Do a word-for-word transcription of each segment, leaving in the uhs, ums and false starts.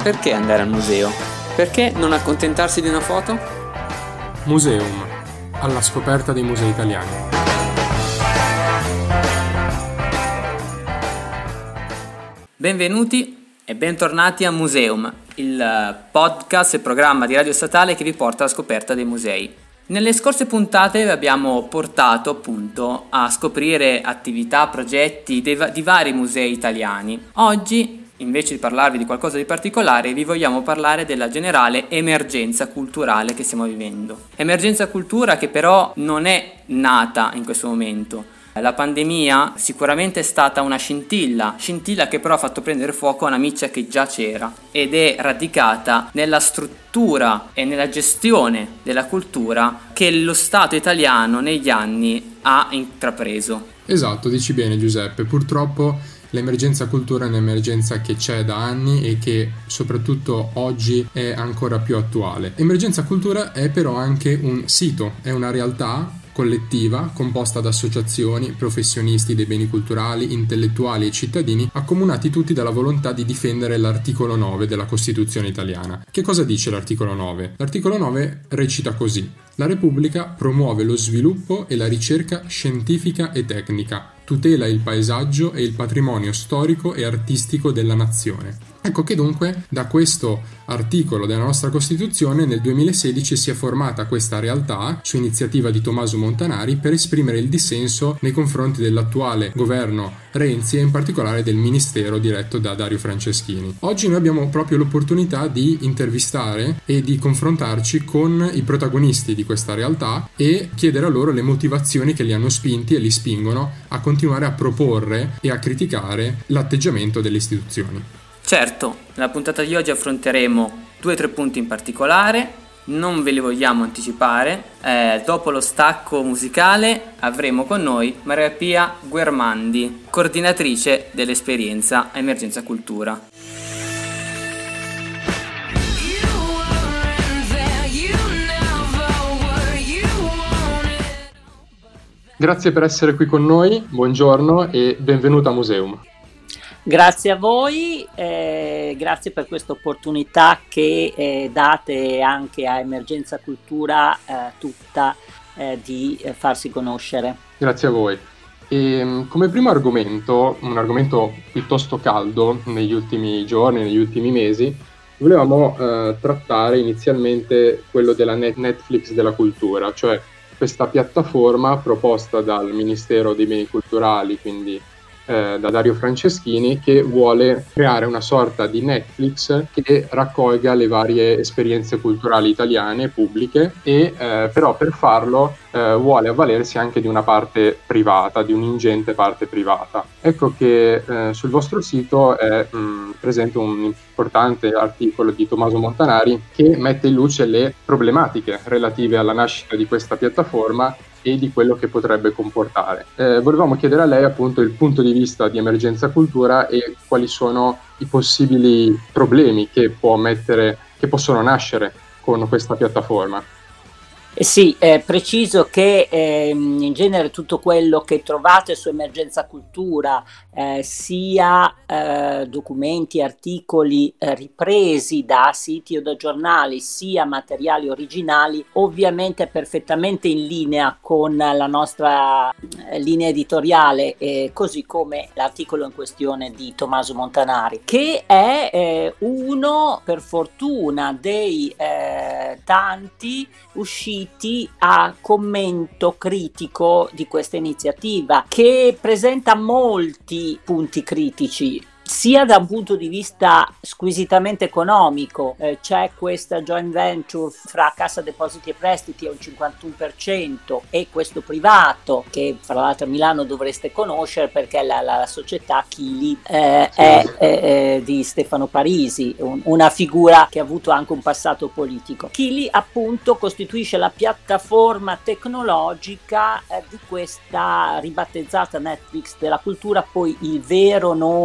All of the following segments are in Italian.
Perché andare al museo? Perché non accontentarsi di una foto? Museum, alla scoperta dei musei italiani. Benvenuti e bentornati a Museum, il podcast e programma di Radio Statale che vi porta alla scoperta dei musei. Nelle scorse puntate vi abbiamo portato appunto a scoprire attività, progetti di, di vari musei italiani. Oggi, invece di parlarvi di qualcosa di particolare, vi vogliamo parlare della generale emergenza culturale che stiamo vivendo. Emergenza cultura che però non è nata in questo momento. La pandemia sicuramente è stata una scintilla, scintilla che però ha fatto prendere fuoco a una miccia che già c'era ed è radicata nella struttura e nella gestione della cultura che lo Stato italiano negli anni ha intrapreso. Esatto, dici bene Giuseppe, purtroppo l'emergenza cultura è un'emergenza che c'è da anni e che soprattutto oggi è ancora più attuale. Emergenza cultura è però anche un sito, è una realtà collettiva composta da associazioni, professionisti dei beni culturali, intellettuali e cittadini, accomunati tutti dalla volontà di difendere l'articolo nove della Costituzione italiana. Che cosa dice l'articolo nove? L'articolo nove recita così: la Repubblica promuove lo sviluppo e la ricerca scientifica e tecnica, tutela il paesaggio e il patrimonio storico e artistico della nazione. Ecco che dunque da questo articolo della nostra Costituzione nel duemilasedici si è formata questa realtà su iniziativa di Tommaso Montanari per esprimere il dissenso nei confronti dell'attuale governo Renzi e in particolare del ministero diretto da Dario Franceschini. Oggi noi abbiamo proprio l'opportunità di intervistare e di confrontarci con i protagonisti di questa realtà e chiedere a loro le motivazioni che li hanno spinti e li spingono a continuare a proporre e a criticare l'atteggiamento delle istituzioni. Certo, nella puntata di oggi affronteremo due o tre punti in particolare, non ve li vogliamo anticipare. Eh, dopo lo stacco musicale avremo con noi Maria Pia Guermandi, coordinatrice dell'esperienza Emergenza Cultura. Grazie per essere qui con noi, buongiorno e benvenuta a Museum. Grazie a voi, eh, grazie per questa opportunità che eh, date anche a Emergenza Cultura eh, tutta eh, di eh, farsi conoscere. Grazie a voi. E, come primo argomento, un argomento piuttosto caldo negli ultimi giorni, negli ultimi mesi, volevamo eh, trattare inizialmente quello della Netflix della cultura, cioè questa piattaforma proposta dal Ministero dei Beni Culturali, quindi Eh, da Dario Franceschini, che vuole creare una sorta di Netflix che raccolga le varie esperienze culturali italiane pubbliche e eh, però per farlo eh, vuole avvalersi anche di una parte privata, di un'ingente parte privata. Ecco che eh, sul vostro sito è mh, presente un importante articolo di Tommaso Montanari che mette in luce le problematiche relative alla nascita di questa piattaforma e di quello che potrebbe comportare. Eh, volevamo chiedere a lei appunto il punto di vista di Emergenza Cultura e quali sono i possibili problemi che può mettere, che possono nascere con questa piattaforma. Eh sì, è preciso che eh, in genere tutto quello che trovate su Emergenza Cultura, eh, sia eh, documenti, articoli eh, ripresi da siti o da giornali, sia materiali originali, ovviamente è perfettamente in linea con la nostra eh, linea editoriale, eh, così come l'articolo in questione di Tommaso Montanari, che è eh, uno, per fortuna, dei eh, tanti usciti a commento critico di questa iniziativa, che presenta molti punti critici sia da un punto di vista squisitamente economico. Eh, c'è questa joint venture fra Cassa Depositi e Prestiti a un cinquantuno per cento e questo privato, che fra l'altro a Milano dovreste conoscere perché la, la, la società Chili eh, sì. è, è, è di Stefano Parisi, un, una figura che ha avuto anche un passato politico. Chili appunto costituisce la piattaforma tecnologica eh, di questa ribattezzata Netflix della cultura, poi il vero nome, il nome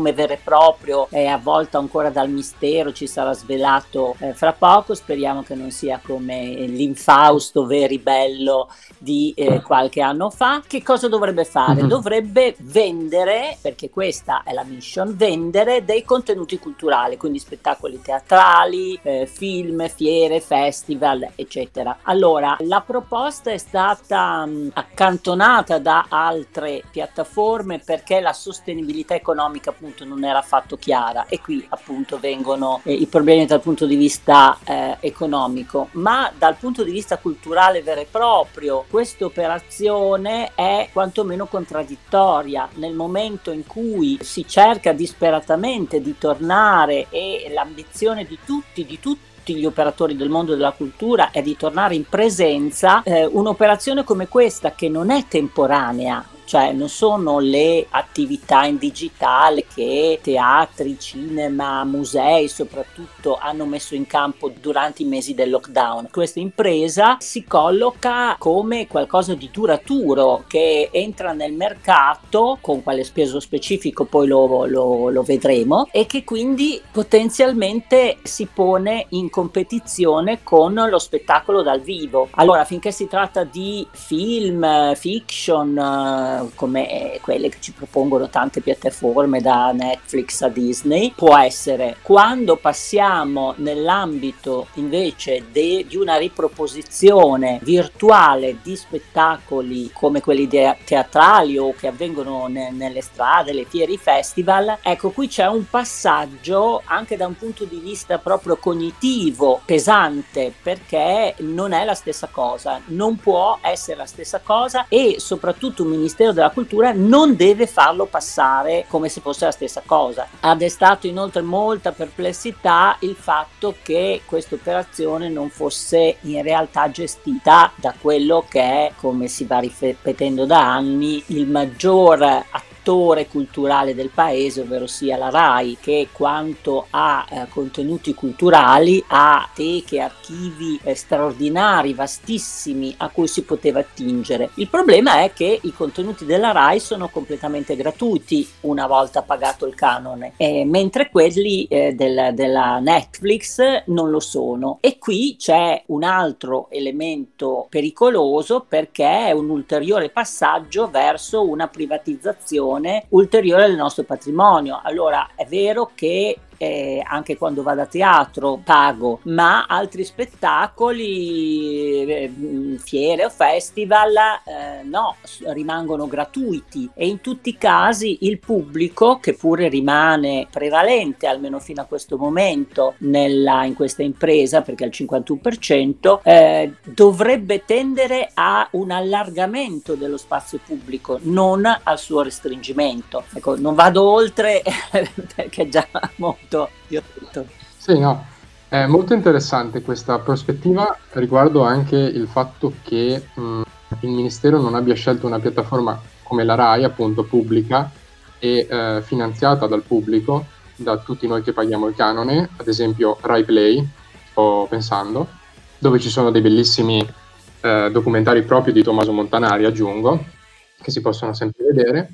nome vero e proprio è avvolto ancora dal mistero, ci sarà svelato eh, fra poco, speriamo che non sia come l'Infausto Veri Bello di eh, qualche anno fa. Che cosa dovrebbe fare? Mm-hmm. Dovrebbe vendere, perché questa è la mission, vendere dei contenuti culturali, quindi spettacoli teatrali, eh, film, fiere, festival, eccetera. Allora, la proposta è stata mh, accantonata da altre piattaforme perché la sostenibilità economica appunto non era affatto chiara, e qui appunto vengono eh, i problemi dal punto di vista eh, economico, ma dal punto di vista culturale vero e proprio questa operazione è quantomeno contraddittoria nel momento in cui si cerca disperatamente di tornare, e l'ambizione di tutti, di tutti tutti gli operatori del mondo della cultura è di tornare in presenza. Eh, un'operazione come questa, che non è temporanea, cioè non sono le attività in digitale che teatri, cinema, musei soprattutto hanno messo in campo durante i mesi del lockdown. Questa impresa si colloca come qualcosa di duraturo che entra nel mercato, con quale peso specifico poi lo, lo, lo vedremo, e che quindi potenzialmente si pone in competizione con lo spettacolo dal vivo. Allora, finché si tratta di film, fiction, come quelle che ci propongono tante piattaforme, da Netflix a Disney, può essere. Quando passiamo nell'ambito invece de, di una riproposizione virtuale di spettacoli come quelli de- teatrali o che avvengono ne, nelle strade, le fiere, i festival, ecco, qui c'è un passaggio anche da un punto di vista proprio cognitivo pesante, perché non è la stessa cosa, non può essere la stessa cosa, e soprattutto un ministero della cultura non deve farlo passare come se fosse la stessa cosa. Ha destato inoltre molta perplessità il fatto che questa operazione non fosse in realtà gestita da quello che è, come si va ripetendo da anni, il maggior attore culturale del paese, ovvero sia la RAI, che quanto a eh, contenuti culturali ha teche, archivi eh, straordinari, vastissimi, a cui si poteva attingere. Il problema è che i contenuti della RAI sono completamente gratuiti una volta pagato il canone, eh, mentre quelli eh, del, della Netflix non lo sono, e qui c'è un altro elemento pericoloso, perché è un ulteriore passaggio verso una privatizzazione ulteriore del nostro patrimonio. Allora, è vero che Eh, anche quando vado a teatro pago, ma altri spettacoli, eh, fiere o festival eh, no, rimangono gratuiti, e in tutti i casi il pubblico, che pure rimane prevalente almeno fino a questo momento nella, in questa impresa, perché è il cinquantuno per cento, eh, dovrebbe tendere a un allargamento dello spazio pubblico, non al suo restringimento. Ecco, non vado oltre perché già molto io ho detto. Sì, no, è molto interessante questa prospettiva riguardo anche il fatto che mh, il Ministero non abbia scelto una piattaforma come la RAI, appunto pubblica e eh, finanziata dal pubblico, da tutti noi che paghiamo il canone, ad esempio Rai Play, sto pensando, dove ci sono dei bellissimi eh, documentari proprio di Tommaso Montanari, aggiungo, che si possono sempre vedere.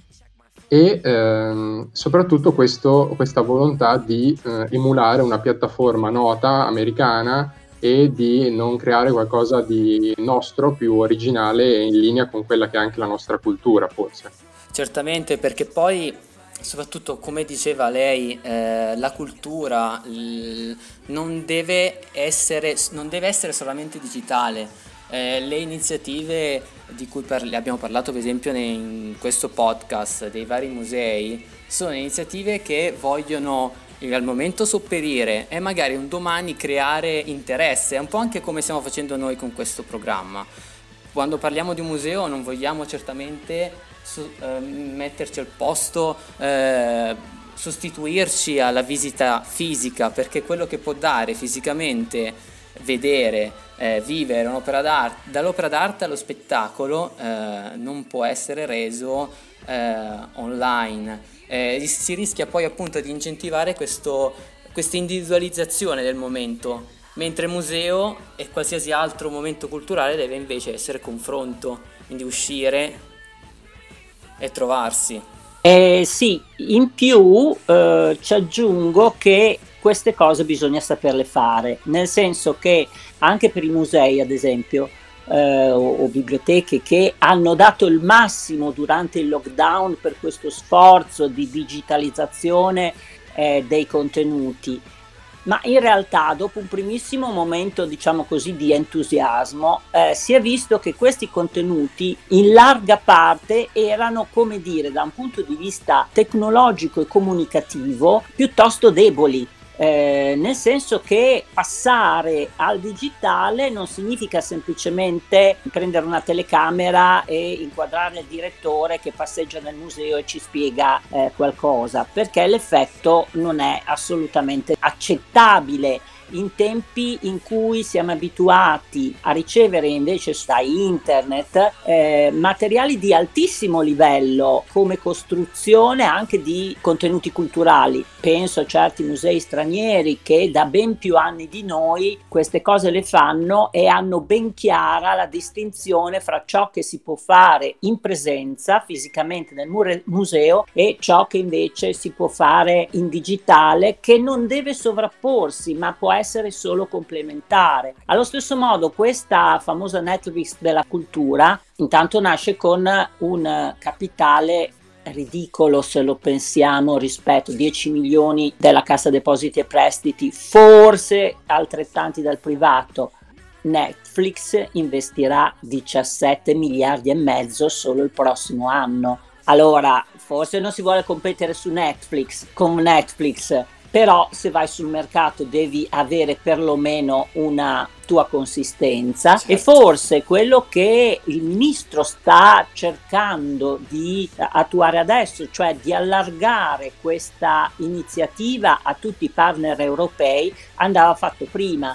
E ehm, soprattutto questo, questa volontà di eh, emulare una piattaforma nota americana e di non creare qualcosa di nostro, più originale e in linea con quella che è anche la nostra cultura, forse. Certamente, perché poi soprattutto, come diceva lei, eh, la cultura l- non deve essere, non deve essere solamente digitale. Eh, le iniziative di cui parli- abbiamo parlato per esempio in questo podcast dei vari musei sono iniziative che vogliono eh, al momento sopperire e magari un domani creare interesse, è un po' anche come stiamo facendo noi con questo programma. Quando parliamo di un museo non vogliamo certamente su- eh, metterci al posto, eh, sostituirci alla visita fisica, perché quello che può dare fisicamente vedere, eh, vivere un'opera d'arte, dall'opera d'arte allo spettacolo, eh, non può essere reso eh, online. Eh, si rischia poi appunto di incentivare questo, questa individualizzazione del momento, mentre museo e qualsiasi altro momento culturale deve invece essere confronto, quindi uscire e trovarsi. Eh, sì, in più eh, ci aggiungo che queste cose bisogna saperle fare, nel senso che anche per i musei, ad esempio, eh, o, o biblioteche che hanno dato il massimo durante il lockdown per questo sforzo di digitalizzazione eh, dei contenuti, ma in realtà dopo un primissimo momento, diciamo così, di entusiasmo, eh, si è visto che questi contenuti in larga parte erano, come dire, da un punto di vista tecnologico e comunicativo, piuttosto deboli. Eh, nel senso che passare al digitale non significa semplicemente prendere una telecamera e inquadrare il direttore che passeggia nel museo e ci spiega eh, qualcosa, perché l'effetto non è assolutamente accettabile in tempi in cui siamo abituati a ricevere invece da internet eh, materiali di altissimo livello come costruzione anche di contenuti culturali. Penso a certi musei stranieri che da ben più anni di noi queste cose le fanno e hanno ben chiara la distinzione fra ciò che si può fare in presenza fisicamente nel mure- museo e ciò che invece si può fare in digitale, che non deve sovrapporsi ma può essere solo complementare. Allo stesso modo questa famosa Netflix della cultura intanto nasce con un capitale ridicolo, se lo pensiamo, rispetto dieci milioni della Cassa Depositi e Prestiti, forse altrettanti dal privato. Netflix investirà diciassette miliardi e mezzo solo il prossimo anno. Allora, forse non si vuole competere su Netflix con Netflix, però se vai sul mercato devi avere perlomeno una tua consistenza. Certo. E forse quello che il ministro sta cercando di attuare adesso, cioè di allargare questa iniziativa a tutti i partner europei, andava fatto prima.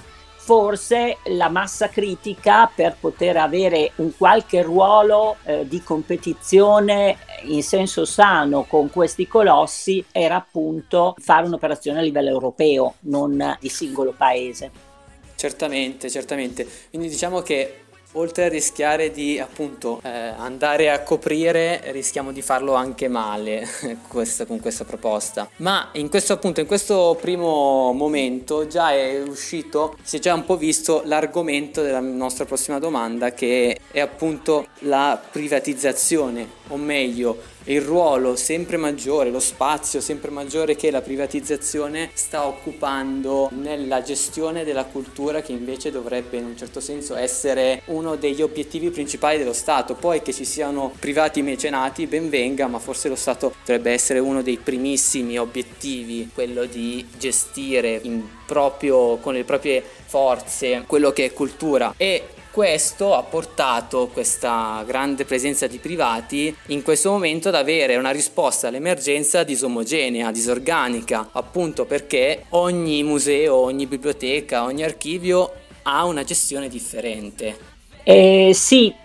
Forse la massa critica, per poter avere un qualche ruolo eh, di competizione in senso sano con questi colossi, era appunto fare un'operazione a livello europeo, non di singolo paese. Certamente, certamente. Quindi diciamo che oltre a rischiare di appunto eh, andare a coprire, rischiamo di farlo anche male questa, con questa proposta. Ma in questo appunto, in questo primo momento già è uscito, si è già un po' visto l'argomento della nostra prossima domanda, che è appunto la privatizzazione, o meglio il ruolo sempre maggiore, lo spazio sempre maggiore che la privatizzazione sta occupando nella gestione della cultura, che invece dovrebbe in un certo senso essere uno degli obiettivi principali dello Stato. Poi che ci siano privati mecenati, ben venga, ma forse lo Stato dovrebbe essere uno dei primissimi obiettivi, quello di gestire in proprio con le proprie forze quello che è cultura. E questo ha portato, questa grande presenza di privati in questo momento, ad avere una risposta all'emergenza disomogenea, disorganica, appunto perché ogni museo, ogni biblioteca, ogni archivio ha una gestione differente. Eh, sì,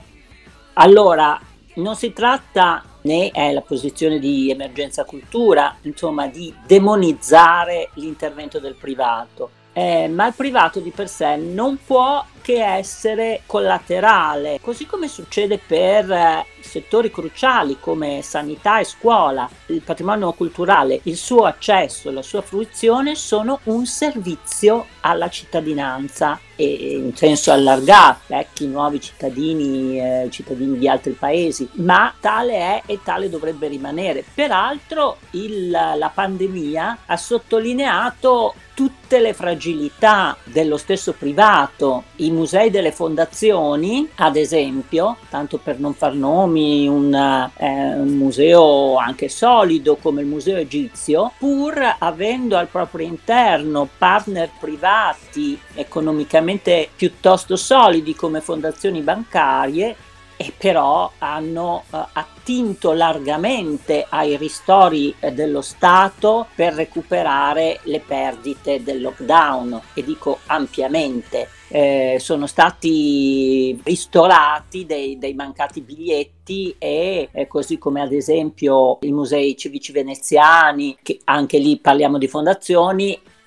allora non si tratta, né è la posizione di Emergenza Cultura, insomma, di demonizzare l'intervento del privato. Eh, ma il privato di per sé non può che essere collaterale, così come succede per eh, settori cruciali come sanità e scuola. Il patrimonio culturale, il suo accesso, la sua fruizione sono un servizio alla cittadinanza, e in senso allargato, vecchi, nuovi cittadini, eh, cittadini di altri paesi, ma tale è e tale dovrebbe rimanere. Peraltro il, la pandemia ha sottolineato tutte le fragilità dello stesso privato. I musei delle fondazioni, ad esempio, tanto per non far nomi, un, eh, un museo anche solido come il Museo Egizio, pur avendo al proprio interno partner privati economicamente piuttosto solidi come fondazioni bancarie, e però hanno uh, attinto largamente ai ristori eh, dello Stato per recuperare le perdite del lockdown, e dico ampiamente. Eh, sono stati ristorati dei, dei mancati biglietti, e eh, così come ad esempio i musei civici veneziani, che anche lì parliamo di fondazioni,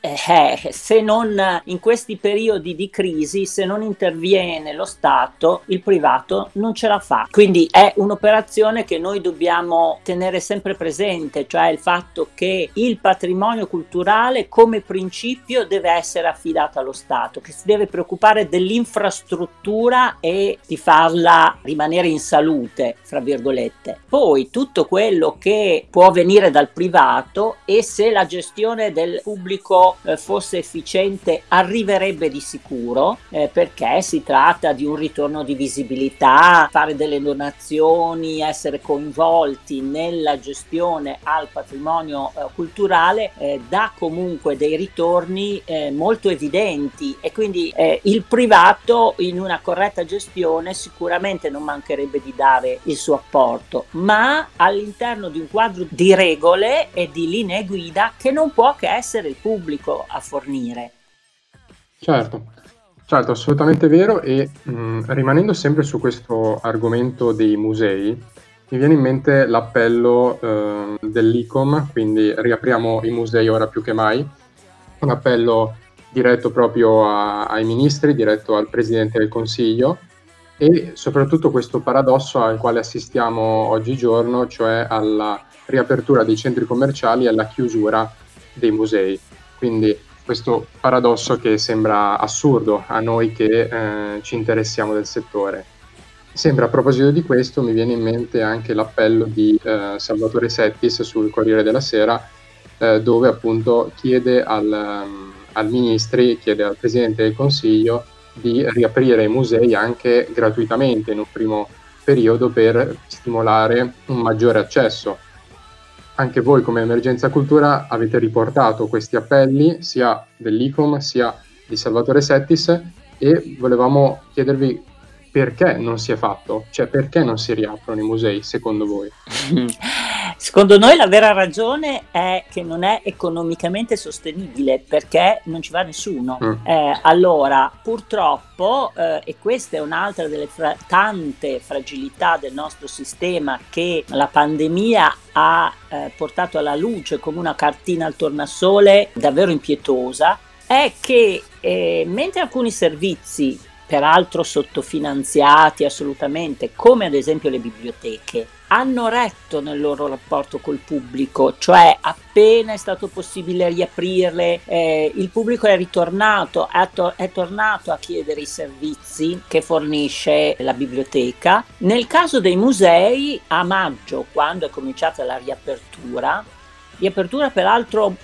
Eh, se non in questi periodi di crisi, se non interviene lo Stato, il privato non ce la fa. Quindi è un'operazione che noi dobbiamo tenere sempre presente, cioè il fatto che il patrimonio culturale come principio deve essere affidato allo Stato, che si deve preoccupare dell'infrastruttura e di farla rimanere in salute, fra virgolette. Poi tutto quello che può venire dal privato, e se la gestione del pubblico Eh, fosse efficiente, arriverebbe di sicuro, eh, perché si tratta di un ritorno di visibilità, fare delle donazioni, essere coinvolti nella gestione al patrimonio eh, culturale eh, dà comunque dei ritorni eh, molto evidenti, e quindi eh, il privato in una corretta gestione sicuramente non mancherebbe di dare il suo apporto, ma all'interno di un quadro di regole e di linee guida che non può che essere il pubblico a fornire. Certo, certo, assolutamente vero. E mh, rimanendo sempre su questo argomento dei musei, mi viene in mente l'appello eh, dell'I C O M, quindi riapriamo i musei ora più che mai, un appello diretto proprio a, ai ministri, diretto al Presidente del Consiglio, e soprattutto questo paradosso al quale assistiamo oggigiorno, cioè alla riapertura dei centri commerciali e alla chiusura dei musei. Quindi questo paradosso che sembra assurdo a noi che eh, ci interessiamo del settore. Sempre a proposito di questo mi viene in mente anche l'appello di eh, Salvatore Settis sul Corriere della Sera, eh, dove appunto chiede al, um, al ministri, chiede al Presidente del Consiglio di riaprire i musei anche gratuitamente in un primo periodo per stimolare un maggiore accesso. Anche voi come Emergenza Cultura avete riportato questi appelli sia dell'I C O M sia di Salvatore Settis, e volevamo chiedervi perché non si è fatto, cioè perché non si riaprono i musei secondo voi? Secondo noi la vera ragione è che non è economicamente sostenibile, perché non ci va nessuno. Mm. Eh, allora, purtroppo, eh, e questa è un'altra delle fra- tante fragilità del nostro sistema che la pandemia ha eh, portato alla luce come una cartina al tornasole davvero impietosa, è che eh, mentre alcuni servizi, peraltro sottofinanziati assolutamente, come ad esempio le biblioteche, hanno retto nel loro rapporto col pubblico, cioè appena è stato possibile riaprirle, eh, il pubblico è ritornato, è, to- è tornato a chiedere i servizi che fornisce la biblioteca. Nel caso dei musei, a maggio, quando è cominciata la riapertura, riapertura peraltro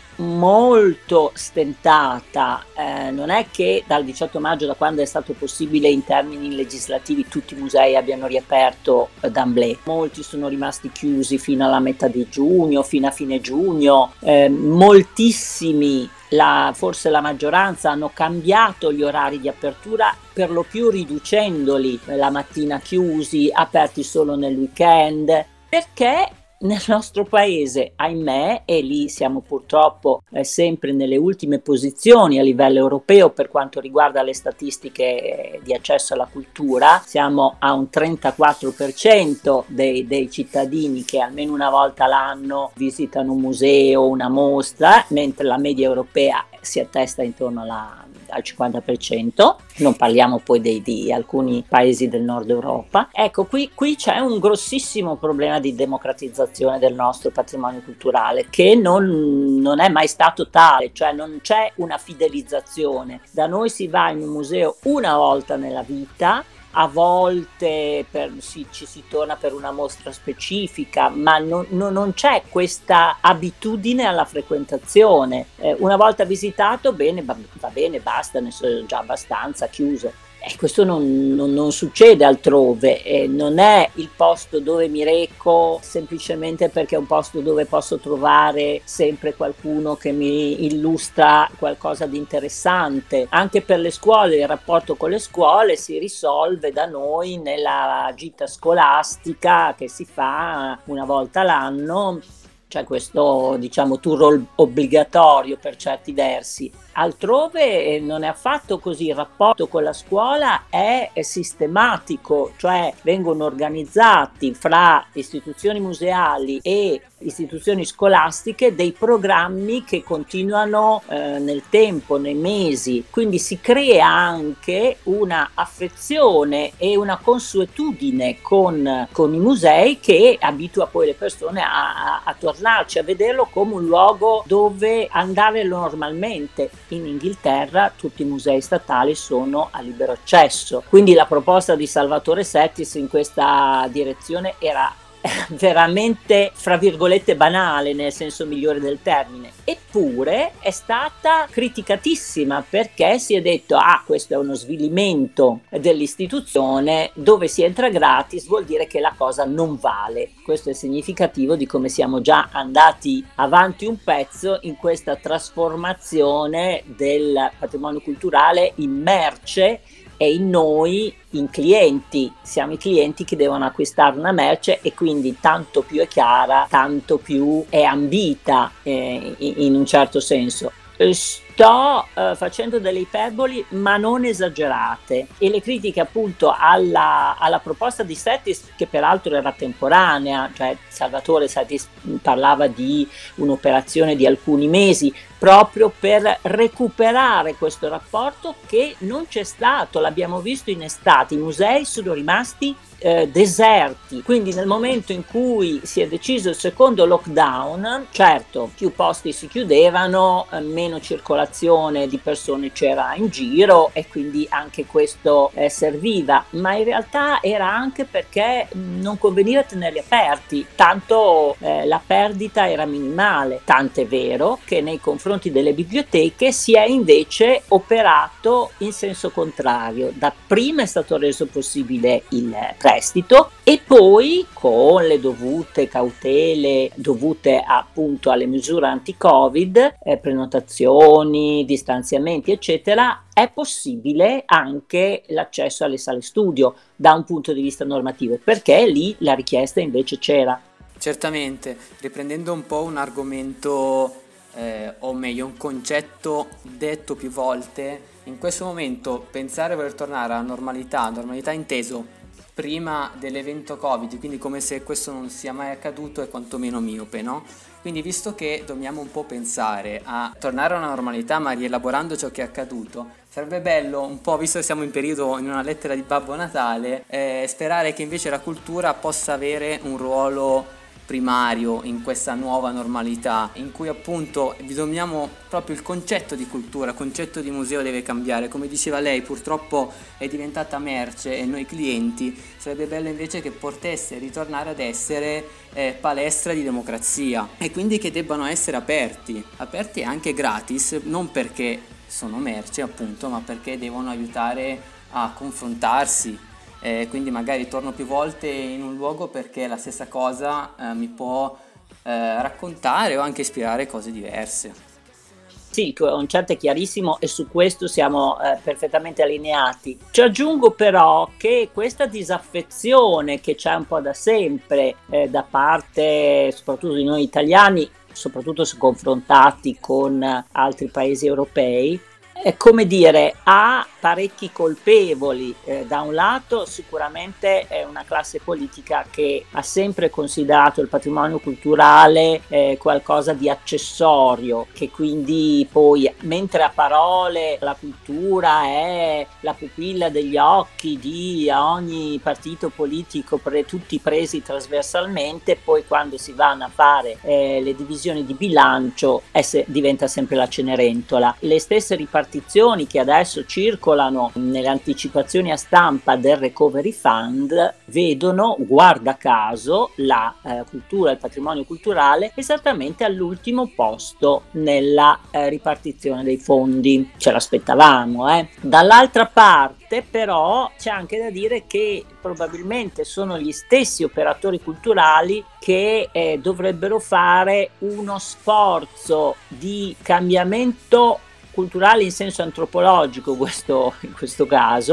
molto stentata, eh, non è che dal diciotto maggio, da quando è stato possibile in termini legislativi, tutti i musei abbiano riaperto eh, d'emblée. Molti sono rimasti chiusi fino alla metà di giugno, fino a fine giugno, eh, moltissimi, la, forse la maggioranza, hanno cambiato gli orari di apertura, per lo più riducendoli, la mattina chiusi, aperti solo nel weekend, perché nel nostro paese, ahimè, e lì siamo purtroppo eh, sempre nelle ultime posizioni a livello europeo per quanto riguarda le statistiche eh, di accesso alla cultura, siamo a un trentaquattro per cento dei, dei cittadini che almeno una volta l'anno visitano un museo, una mostra, mentre la media europea si attesta intorno alla, al cinquanta per cento, non parliamo poi dei, di alcuni paesi del nord Europa. Ecco, qui, qui c'è un grossissimo problema di democratizzazione del nostro patrimonio culturale, che non, non è mai stato tale, cioè non c'è una fidelizzazione. Da noi si va in un museo una volta nella vita, a volte per, sì, ci si torna per una mostra specifica, ma non, non, non c'è questa abitudine alla frequentazione. Eh, una volta visitato, bene, va, va bene, basta, ne so già abbastanza, chiuso. E questo non, non, non succede altrove, eh, non è il posto dove mi reco semplicemente perché è un posto dove posso trovare sempre qualcuno che mi illustra qualcosa di interessante. Anche per le scuole, il rapporto con le scuole si risolve da noi nella gita scolastica che si fa una volta l'anno. C'è questo, diciamo, tour obbligatorio per certi versi. altrove non è affatto così, il rapporto con la scuola è, è sistematico, cioè vengono organizzati fra istituzioni museali e istituzioni scolastiche dei programmi che continuano eh, nel tempo, nei mesi, quindi si crea anche una affezione e una consuetudine con, con i musei che abitua poi le persone a, a tornarci, a vederlo come un luogo dove andare normalmente. In Inghilterra tutti i musei statali sono a libero accesso, quindi la proposta di Salvatore Settis in questa direzione era veramente, fra virgolette, banale nel senso migliore del termine, eppure è stata criticatissima perché si è detto ah, questo è uno svilimento dell'istituzione, dove si entra gratis vuol dire che la cosa non vale. Questo è significativo di come siamo già andati avanti un pezzo in questa trasformazione del patrimonio culturale in merce e in noi, in clienti. Siamo i clienti che devono acquistare una merce e quindi tanto più è chiara, tanto più è ambita eh, in un certo senso. Sto eh, facendo delle iperboli ma non esagerate, e le critiche appunto alla, alla proposta di Settis, che peraltro era temporanea, cioè Salvatore Settis parlava di un'operazione di alcuni mesi proprio per recuperare questo rapporto che non c'è stato, l'abbiamo visto in estate, i musei sono rimasti Eh, deserti, quindi nel momento in cui si è deciso il secondo lockdown, certo più posti si chiudevano, eh, meno circolazione di persone c'era in giro e quindi anche questo eh, serviva, ma in realtà era anche perché non conveniva tenerli aperti, tanto eh, la perdita era minimale, tant'è vero che nei confronti delle biblioteche si è invece operato in senso contrario. Dapprima è stato reso possibile il prestito e poi, con le dovute cautele dovute appunto alle misure anti-Covid, eh, prenotazioni, distanziamenti eccetera, è possibile anche l'accesso alle sale studio da un punto di vista normativo, perché lì la richiesta invece c'era. Certamente, riprendendo un po' un argomento eh, o meglio un concetto detto più volte, in questo momento pensare a voler tornare alla normalità, normalità inteso prima dell'evento Covid, quindi come se questo non sia mai accaduto, è quantomeno miope, no? Quindi visto che dobbiamo un po' pensare a tornare a una normalità ma rielaborando ciò che è accaduto, sarebbe bello un po', visto che siamo in periodo in una lettera di Babbo Natale, eh, sperare che invece la cultura possa avere un ruolo primario in questa nuova normalità, in cui appunto dobbiamo proprio il concetto di cultura, il concetto di museo deve cambiare. Come diceva lei, purtroppo è diventata merce e noi clienti, sarebbe bello invece che potesse ritornare ad essere eh, palestra di democrazia, e quindi che debbano essere aperti, aperti anche gratis, non perché sono merce appunto, ma perché devono aiutare a confrontarsi. Eh, quindi magari torno più volte in un luogo perché la stessa cosa eh, mi può eh, raccontare o anche ispirare cose diverse. Sì, il tuo concetto è chiarissimo e su questo siamo eh, perfettamente allineati. Ci aggiungo però che questa disaffezione che c'è un po' da sempre eh, da parte soprattutto di noi italiani, soprattutto se confrontati con altri paesi europei, è come dire, ha parecchi colpevoli. Eh, da un lato sicuramente è una classe politica che ha sempre considerato il patrimonio culturale eh, qualcosa di accessorio, che quindi poi, mentre a parole la cultura è la pupilla degli occhi di ogni partito politico, pre, tutti presi trasversalmente, poi quando si vanno a fare eh, le divisioni di bilancio eh, se, diventa sempre la Cenerentola. Le stesse ripartizioni che adesso circolano nelle anticipazioni a stampa del Recovery Fund vedono, guarda caso, la eh, cultura, il patrimonio culturale esattamente all'ultimo posto nella eh, ripartizione dei fondi. Ce l'aspettavamo, eh. Dall'altra parte però c'è anche da dire che probabilmente sono gli stessi operatori culturali che eh, dovrebbero fare uno sforzo di cambiamento culturale in senso antropologico, questo, in questo caso,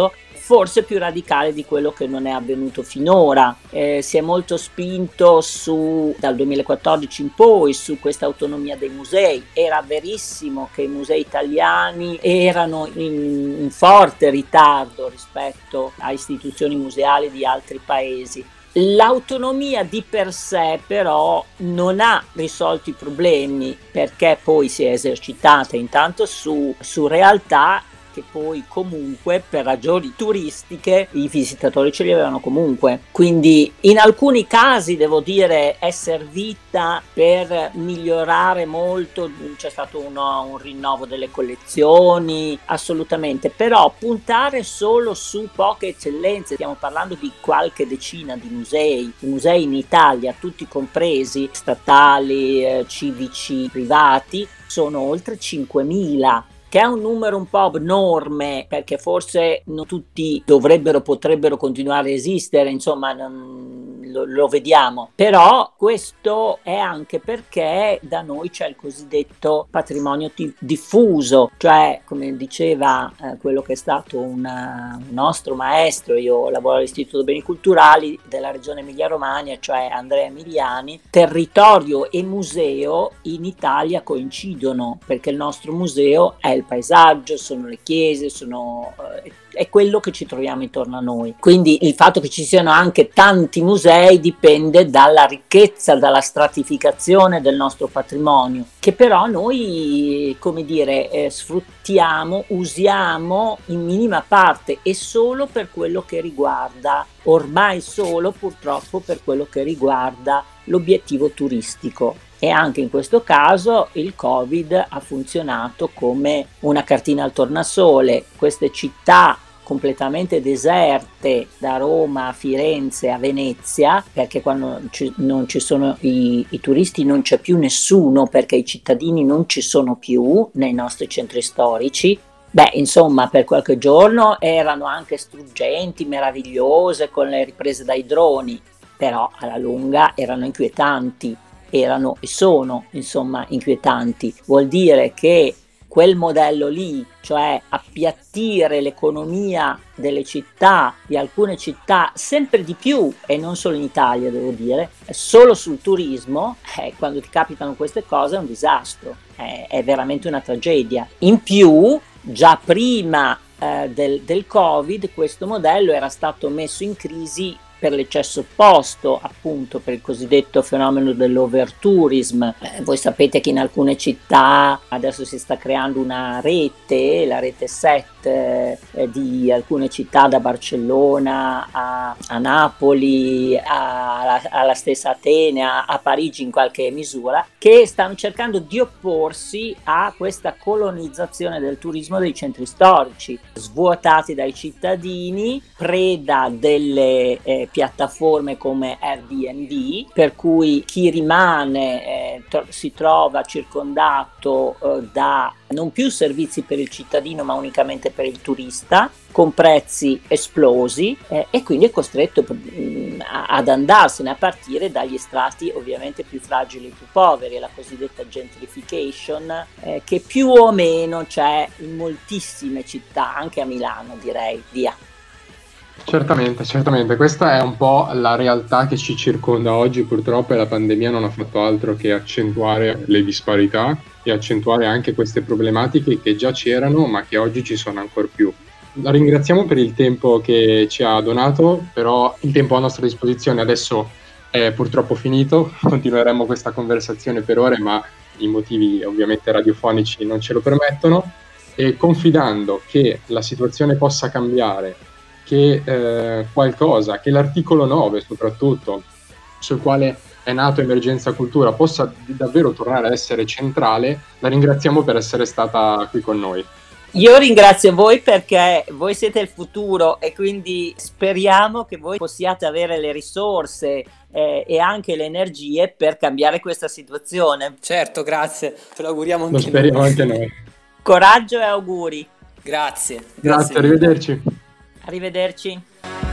forse più radicale di quello che non è avvenuto finora. Eh, si è molto spinto su, dal duemilaquattordici in poi, su questa autonomia dei musei. Era verissimo che i musei italiani erano in, in forte ritardo rispetto a istituzioni museali di altri paesi. L'autonomia di per sé però non ha risolto i problemi, perché poi si è esercitata intanto su, su realtà che poi comunque per ragioni turistiche i visitatori ce li avevano comunque. Quindi in alcuni casi devo dire è servita per migliorare molto, c'è stato uno, un rinnovo delle collezioni, assolutamente, però puntare solo su poche eccellenze, stiamo parlando di qualche decina di musei, i musei in Italia tutti compresi, statali, eh, civici, privati, sono oltre cinquemila, che è un numero un po' abnorme, perché forse non tutti dovrebbero, potrebbero continuare a esistere, insomma non, lo, lo vediamo, però questo è anche perché da noi c'è il cosiddetto patrimonio t- diffuso, cioè come diceva eh, quello che è stato una, un nostro maestro, io lavoro all'Istituto Beni Culturali della regione Emilia-Romagna, cioè Andrea Emiliani, territorio e museo in Italia coincidono, perché il nostro museo è il paesaggio, sono le chiese, sono, eh, è quello che ci troviamo intorno a noi. Quindi il fatto che ci siano anche tanti musei dipende dalla ricchezza, dalla stratificazione del nostro patrimonio, che però noi, come dire, eh, sfruttiamo, usiamo in minima parte e solo per quello che riguarda, ormai solo purtroppo per quello che riguarda l'obiettivo turistico. E anche in questo caso il Covid ha funzionato come una cartina al tornasole. Queste città completamente deserte, da Roma a Firenze a Venezia, perché quando ci, non ci sono i, i turisti non c'è più nessuno, perché i cittadini non ci sono più nei nostri centri storici. Beh, insomma, per qualche giorno erano anche struggenti, meravigliose, con le riprese dai droni, però alla lunga erano inquietanti. Erano e sono insomma inquietanti. Vuol dire che quel modello lì, cioè appiattire l'economia delle città, di alcune città, sempre di più, e non solo in Italia devo dire, solo sul turismo, eh, quando ti capitano queste cose è un disastro, eh, è veramente una tragedia. In più, già prima eh, del, del Covid, questo modello era stato messo in crisi per l'eccesso opposto, appunto per il cosiddetto fenomeno dell'overtourism. Eh, voi sapete che in alcune città adesso si sta creando una rete, la rete SET, eh, di alcune città, da Barcellona a, a Napoli, a, alla, alla stessa Atene, a, a Parigi in qualche misura, che stanno cercando di opporsi a questa colonizzazione del turismo dei centri storici, svuotati dai cittadini, preda delle eh, piattaforme come Airbnb, per cui chi rimane eh, tro- si trova circondato eh, da non più servizi per il cittadino ma unicamente per il turista, con prezzi esplosi, eh, e quindi è costretto mh, ad andarsene, a partire dagli strati ovviamente più fragili e più poveri, la cosiddetta gentrification, eh, che più o meno c'è in moltissime città, anche a Milano direi, via. Certamente, certamente, questa è un po' la realtà che ci circonda oggi purtroppo, e la pandemia non ha fatto altro che accentuare le disparità e accentuare anche queste problematiche che già c'erano ma che oggi ci sono ancor più. La ringraziamo per il tempo che ci ha donato, però il tempo a nostra disposizione adesso è purtroppo finito, continueremo questa conversazione per ore ma i motivi ovviamente radiofonici non ce lo permettono, e confidando che la situazione possa cambiare, che eh, qualcosa, che l'articolo nove soprattutto, sul quale è nato Emergenza Cultura, possa davvero tornare ad essere centrale, la ringraziamo per essere stata qui con noi. Io ringrazio voi perché voi siete il futuro e quindi speriamo che voi possiate avere le risorse eh, e anche le energie per cambiare questa situazione. Certo, grazie, ce lo auguriamo anche Lo speriamo noi. anche noi. Coraggio e auguri. Grazie. Grazie, grazie, arrivederci. Arrivederci.